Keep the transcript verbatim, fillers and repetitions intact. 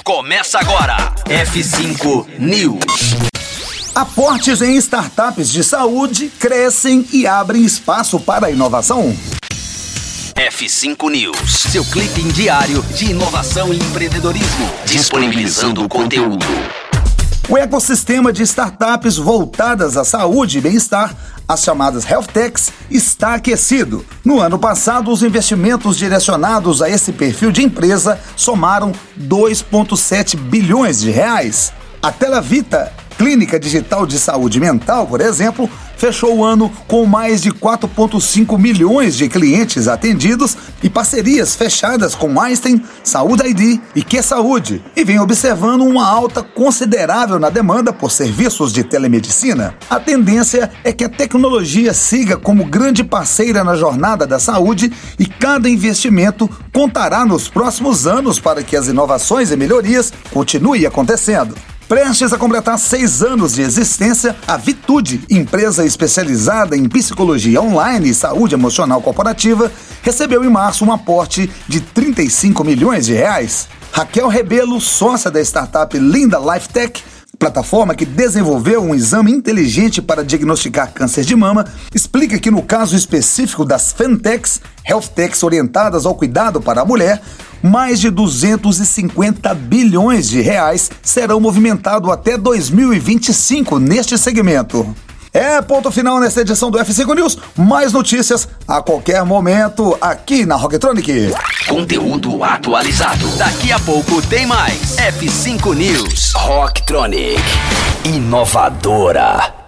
começa agora. F cinco News. Aportes em startups de saúde crescem e abrem espaço para a inovação. F cinco News, seu clipe diário de inovação e empreendedorismo, disponibilizando o conteúdo. O ecossistema de startups voltadas à saúde e bem-estar, as chamadas Health Techs, está aquecido. No ano passado, os investimentos direcionados a esse perfil de empresa somaram dois vírgula sete bilhões de reais. A Telavita, clínica digital de saúde mental, por exemplo, fechou o ano com mais de quatro vírgula cinco milhões de clientes atendidos e parcerias fechadas com Einstein, Saúde I D e Q Saúde, e vem observando uma alta considerável na demanda por serviços de telemedicina. A tendência é que a tecnologia siga como grande parceira na jornada da saúde e cada investimento contará nos próximos anos para que as inovações e melhorias continuem acontecendo. Prestes a completar seis anos de existência, a Vitude, empresa especializada em psicologia online e saúde emocional corporativa, recebeu em março um aporte de trinta e cinco milhões de reais. Raquel Rebelo, sócia da startup Linda Life Tech, plataforma que desenvolveu um exame inteligente para diagnosticar câncer de mama, explica que no caso específico das Fintechs, Health Techs orientadas ao cuidado para a mulher, mais de duzentos e cinquenta bilhões de reais serão movimentados até dois mil e vinte e cinco neste segmento. É ponto final nesta edição do F cinco News. Mais notícias a qualquer momento aqui na Rocktronic. Conteúdo atualizado. Daqui a pouco tem mais. F cinco News. Rocktronic. Inovadora.